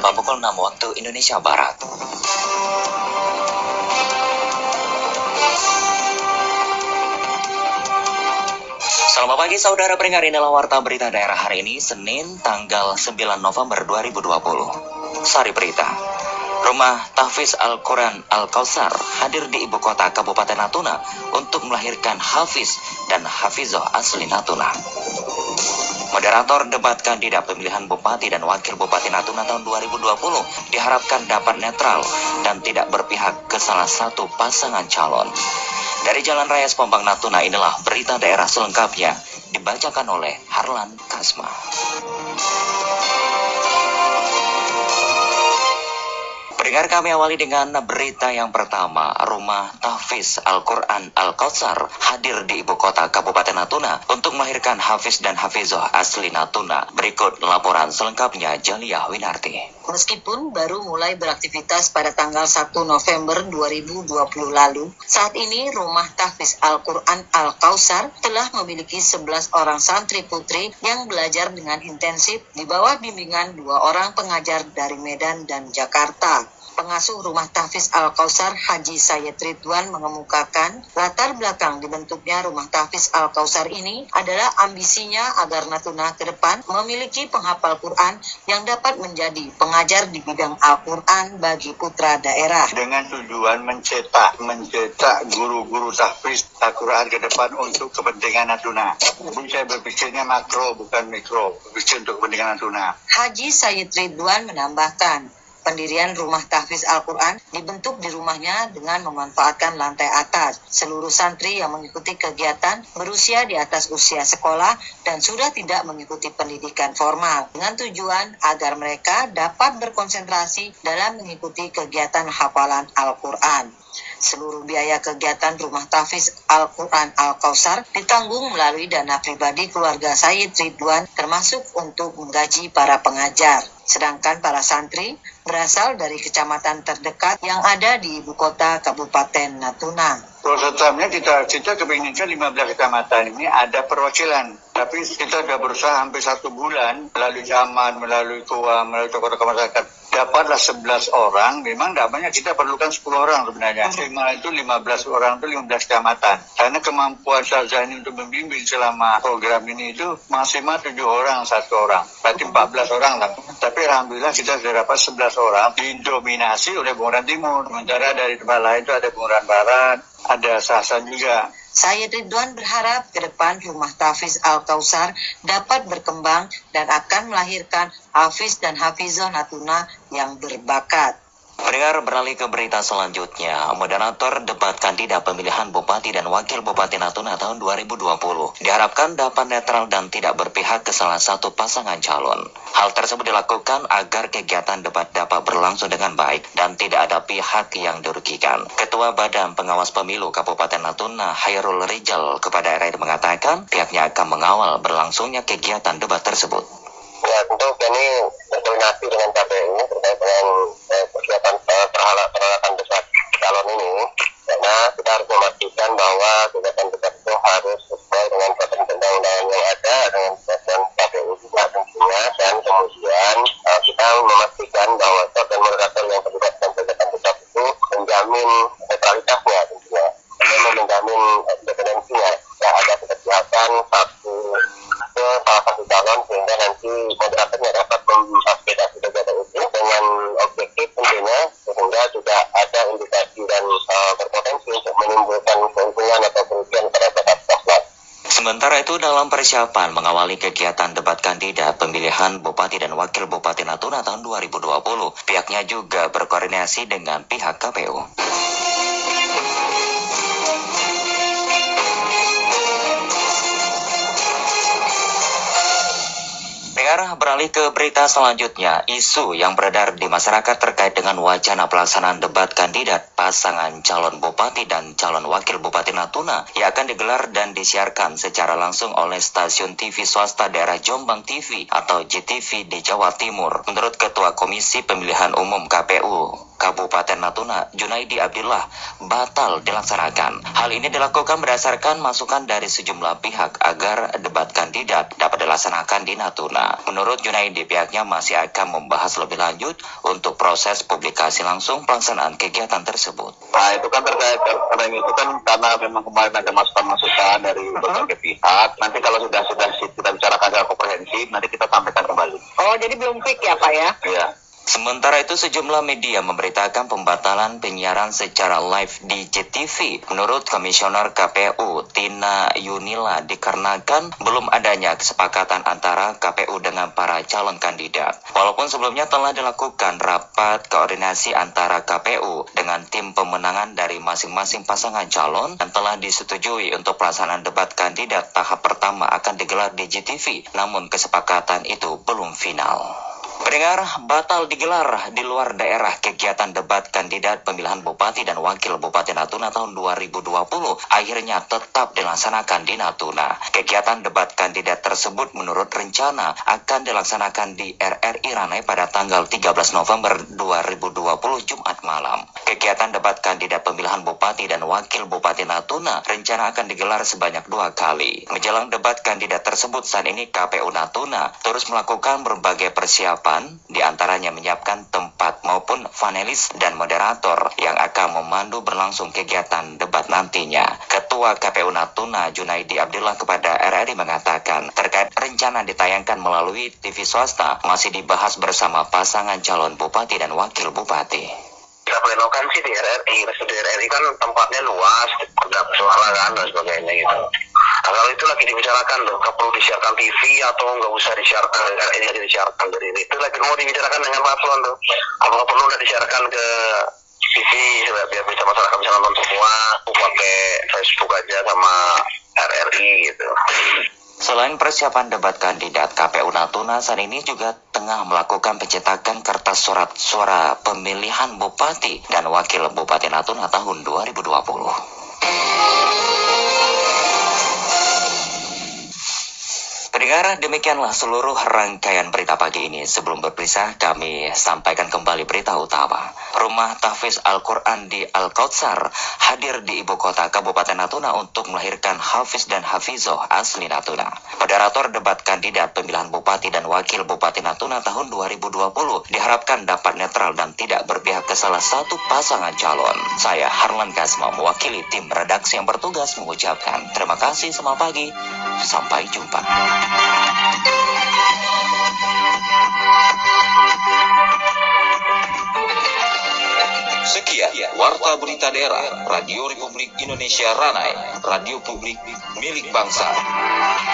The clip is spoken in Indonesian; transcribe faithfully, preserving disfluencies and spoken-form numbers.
tepat pukul enam waktu Indonesia Barat. Selamat pagi saudara pendengar, inilah Warta Berita Daerah hari ini, Senin tanggal sembilan November dua ribu dua puluh. Sari berita. Rumah Tahfiz Al-Quran Al-Kausar hadir di ibu kota Kabupaten Natuna untuk melahirkan Hafiz dan Hafizoh asli Natuna. Moderator debat kandidat pemilihan Bupati dan Wakil Bupati Natuna tahun dua ribu dua puluh diharapkan dapat netral dan tidak berpihak ke salah satu pasangan calon. Dari Jalan Raya Sepompang Natuna, inilah berita daerah selengkapnya, dibacakan oleh Harlan Kasma. Pendengar, kami awali dengan berita yang pertama. Rumah Tahfiz Al-Quran Al-Kausar hadir di ibu kota Kabupaten Natuna untuk melahirkan Hafiz dan Hafizoh asli Natuna. Berikut laporan selengkapnya Jaliyah Winarti. Meskipun baru mulai beraktivitas pada tanggal satu November dua ribu dua puluh lalu, saat ini Rumah Tahfiz Al-Quran Al-Kausar telah memiliki sebelas orang santri putri yang belajar dengan intensif di bawah bimbingan dua orang pengajar dari Medan dan Jakarta. Pengasuh Rumah Tahfiz Al-Kausar Haji Sayyid Ridwan mengemukakan latar belakang dibentuknya Rumah Tahfiz Al-Kausar ini adalah ambisinya agar Natuna ke depan memiliki penghafal Quran yang dapat menjadi pengajar di bidang Al-Quran bagi putra daerah. Dengan tujuan mencetak mencetak guru-guru tahfiz Al-Quran ke depan untuk kepentingan Natuna. Jadi saya berpikirnya makro bukan mikro, berpikir untuk kepentingan Natuna. Haji Sayyid Ridwan menambahkan, pendirian Rumah Tahfiz Al-Quran dibentuk di rumahnya dengan memanfaatkan lantai atas. Seluruh santri yang mengikuti kegiatan berusia di atas usia sekolah dan sudah tidak mengikuti pendidikan formal, dengan tujuan agar mereka dapat berkonsentrasi dalam mengikuti kegiatan hafalan Al-Quran. Seluruh biaya kegiatan Rumah Tahfiz Al-Quran Al-Kausar ditanggung melalui dana pribadi keluarga Sayyid Ridwan, termasuk untuk menggaji para pengajar. Sedangkan para santri berasal dari kecamatan terdekat yang ada di ibu kota Kabupaten Natuna. Prosetnya kita kita kepinginkan lima belas kecamatan ini ada perwakilan. Tapi kita sudah berusaha hampir satu bulan melalui zaman, melalui tua, melalui tokoh-tokoh masyarakat. Dapatlah sebelas orang, memang tidak banyak, kita perlukan sepuluh orang sebenarnya. Maksimal itu lima belas orang, itu lima belas kecamatan. Karena kemampuan Syazani untuk membimbing selama program ini itu maksimal tujuh orang, satu orang. Berarti empat belas orang lah. Tapi alhamdulillah kita sudah dapat sebelas orang, didominasi oleh Bunguran Timur. Sementara dari tempat lain itu ada Bunguran Barat, ada Sasan juga. Sayyid Ridwan berharap ke depan Rumah Tahfiz Al-Kausar dapat berkembang dan akan melahirkan Hafiz dan Hafizoh Natuna yang berbakat. Pendengar, beralih ke berita selanjutnya. Moderator debat kandidat pemilihan Bupati dan Wakil Bupati Natuna tahun dua ribu dua puluh diharapkan dapat netral dan tidak berpihak ke salah satu pasangan calon. Hal tersebut dilakukan agar kegiatan debat dapat berlangsung dengan baik dan tidak ada pihak yang dirugikan. Ketua Badan Pengawas Pemilu Kabupaten Natuna, Hairul Rijal, kepada R R I mengatakan pihaknya akan mengawal berlangsungnya kegiatan debat tersebut. Ya, tentu kami berkoordinasi dengan K P U terkait dengan eh, persiapan eh, peralatan debat calon ini, karena kita harus memastikan bahwa kegiatan debat itu harus sesuai dengan peraturan undang-undangan yang ada, dengan peraturan K P U juga tentunya, dan kemudian eh, kita memastikan bahwa staf dan moderator yang terlibat dalam kegiatan debat itu menjamin netralitasnya tentunya, dan menjamin independensinya. Ya, ada keberpihakan satu ke salah satu calon sehingga nanti moderatornya dapat memfasilitasi kegiatan itu dengan objektif tentunya, sehingga tidak ada indikasi dan uh, berpotensi untuk menimbulkan keuntungan atau kerugian pada peserta. Sementara itu, dalam persiapan mengawali kegiatan debat kandidat pemilihan Bupati dan Wakil Bupati Natuna tahun dua ribu dua puluh, pihaknya juga berkoordinasi dengan pihak K P U. Beralih ke berita selanjutnya, isu yang beredar di masyarakat terkait dengan wacana pelaksanaan debat kandidat pasangan calon bupati dan calon wakil bupati Natuna yang akan digelar dan disiarkan secara langsung oleh stasiun T V swasta daerah Jombang T V atau J T V di Jawa Timur. Menurut Ketua Komisi Pemilihan Umum K P U Kabupaten Natuna, Junaidi Abdillah, batal dilaksanakan. Hal ini dilakukan berdasarkan masukan dari sejumlah pihak agar debat kandidat dapat dilaksanakan di Natuna. Menurut Junaidi, pihaknya masih akan membahas lebih lanjut untuk proses publikasi langsung pelaksanaan kegiatan tersebut. Nah itu kan terkait karena itu kan karena memang kemarin ada masukan-masukan dari berbagai pihak. Nanti kalau sudah sudah kita bicarakan secara komprehensif, nanti kita sampaikan kembali. Oh, jadi belum fix ya Pak ya? Iya. Sementara itu sejumlah media memberitakan pembatalan penyiaran secara live di J T V. Menurut Komisioner K P U Tina Yunila, dikarenakan belum adanya kesepakatan antara K P U dengan para calon kandidat. Walaupun sebelumnya telah dilakukan rapat koordinasi antara K P U dengan tim pemenangan dari masing-masing pasangan calon dan telah disetujui untuk pelaksanaan debat kandidat tahap pertama akan digelar di J T V, namun kesepakatan itu belum final. Pendengar, batal digelar di luar daerah kegiatan debat kandidat pemilihan Bupati dan Wakil Bupati Natuna tahun dua ribu dua puluh akhirnya tetap dilaksanakan di Natuna. Kegiatan debat kandidat tersebut menurut rencana akan dilaksanakan di R R I Ranai pada tanggal tiga belas November dua ribu dua puluh Jumat malam. Kegiatan debat kandidat pemilihan Bupati dan Wakil Bupati Natuna rencana akan digelar sebanyak dua kali. Menjelang debat kandidat tersebut, saat ini K P U Natuna terus melakukan berbagai persiapan, di antaranya menyiapkan tempat maupun panelis dan moderator yang akan memandu berlangsung kegiatan debat nantinya. Ketua K P U Natuna Junaidi Abdillah kepada R R I mengatakan terkait rencana ditayangkan melalui T V swasta masih dibahas bersama pasangan calon bupati dan wakil bupati. Kita plenokan sih di R R I, di R R I kan tempatnya luas, ada suara kan dan sebagainya gitu. Nah, kalau itu lagi dibicarakan loh, nggak perlu disiarkan T V atau nggak usah disiarkan, R R I aja disiarkan dari ini. Itu lagi mau dibicarakan dengan paslon tuh. Apa nggak perlu udah disiarkan ke T V biar bisa masyarakat bisa nonton semua, pakai Facebook aja sama R R I gitu. Selain persiapan debat kandidat, K P U Natuna saat ini juga tengah melakukan pencetakan kertas surat suara pemilihan Bupati dan Wakil Bupati Natuna tahun dua ribu dua puluh. Pendengar, demikianlah seluruh rangkaian berita pagi ini. Sebelum berpisah, kami sampaikan kembali berita utama. Rumah Tahfiz Al-Quran di Al-Kautsar hadir di ibu kota Kabupaten Natuna untuk melahirkan Hafiz dan Hafizoh asli Natuna. Moderator debat kandidat pemilihan Bupati dan Wakil Bupati Natuna tahun dua ribu dua puluh diharapkan dapat netral dan tidak berpihak ke salah satu pasangan calon. Saya Harlan Kasma mewakili tim redaksi yang bertugas mengucapkan terima kasih, selamat pagi, sampai jumpa. Sekian Warta Berita Daerah Radio Republik Indonesia Ranai, radio publik milik bangsa.